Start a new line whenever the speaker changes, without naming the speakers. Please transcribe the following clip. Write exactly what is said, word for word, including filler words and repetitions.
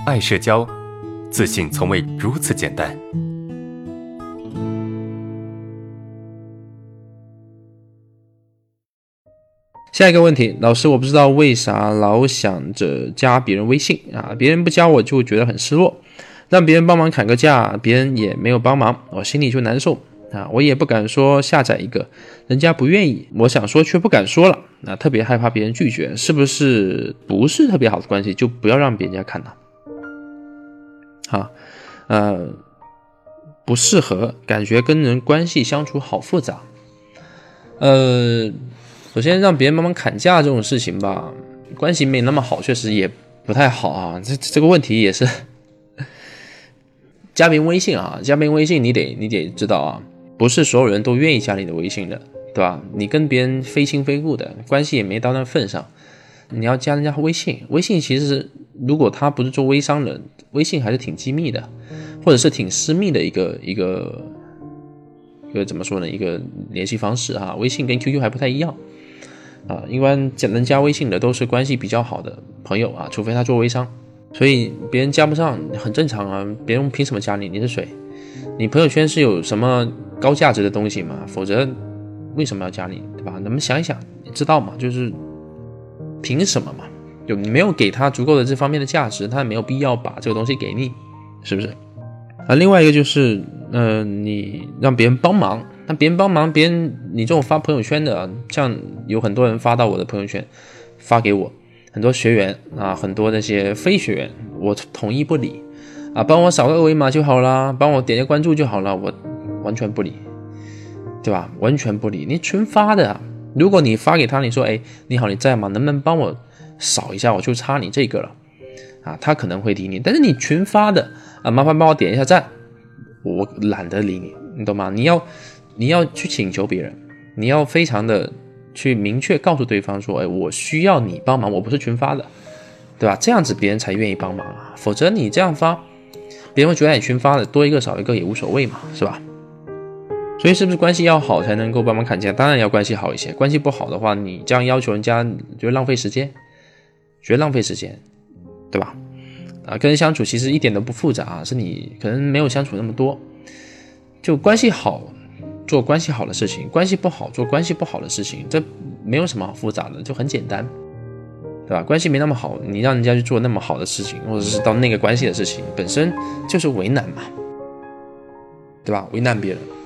爱社交，自信从未如此简单。
下一个问题，老师，我不知道为啥老想着加别人微信啊，别人不加我就觉得很失落，让别人帮忙砍个价，别人也没有帮忙，我心里就难受啊，我也不敢说下载一个，人家不愿意，我想说却不敢说了啊，特别害怕别人拒绝，是不是不是特别好的关系就不要让别人家看呢？啊，呃，不适合，感觉跟人关系相处好复杂。呃，首先让别人帮忙砍价这种事情吧，关系没那么好，确实也不太好啊。这这个问题也是加别人微信啊，加别人微信你得你得知道啊，不是所有人都愿意加你的微信的，对吧？你跟别人非亲非故的关系也没到那份上，你要加人家微信，微信其实如果他不是做微商的，微信还是挺机密的，或者是挺私密的一个一个一个怎么说呢？一个联系方式哈。微信跟 Q Q 还不太一样啊，一般能加微信的都是关系比较好的朋友啊，除非他做微商，所以别人加不上很正常啊。别人凭什么加你？你是谁？你朋友圈是有什么高价值的东西吗？否则为什么要加你，对吧？咱们想一想，你知道吗？就是凭什么嘛？就你没有给他足够的这方面的价值，他没有必要把这个东西给你，是不是？啊，另外一个就是，呃，你让别人帮忙，那别人帮忙，别人你这种发朋友圈的，像有很多人发到我的朋友圈，发给我，很多学员啊，很多那些非学员，我统一不理啊，帮我扫个二维码就好了，帮我点个关注就好了，我完全不理，对吧？完全不理，你群发的啊，如果你发给他，你说，哎，你好，你在吗？能不能帮我扫一下？我就差你这个了啊，他可能会理你，但是你群发的啊，麻烦帮我点一下赞，我懒得理你，你懂吗？你要你要去请求别人，你要非常的去明确告诉对方说，哎，我需要你帮忙，我不是群发的，对吧？这样子别人才愿意帮忙啊，否则你这样发，别人会觉得你群发的多一个少一个也无所谓嘛，是吧？所以是不是关系要好才能够帮忙砍价？当然要关系好一些，关系不好的话，你这样要求人家，觉得浪费时间，觉得浪费时间，对吧？啊，跟人相处其实一点都不复杂啊，是你可能没有相处那么多，就关系好做关系好的事情，关系不好做关系不好的事情，这没有什么好复杂的，就很简单，对吧？关系没那么好，你让人家去做那么好的事情，或者是到那个关系的事情，本身就是为难嘛，对吧？为难别人。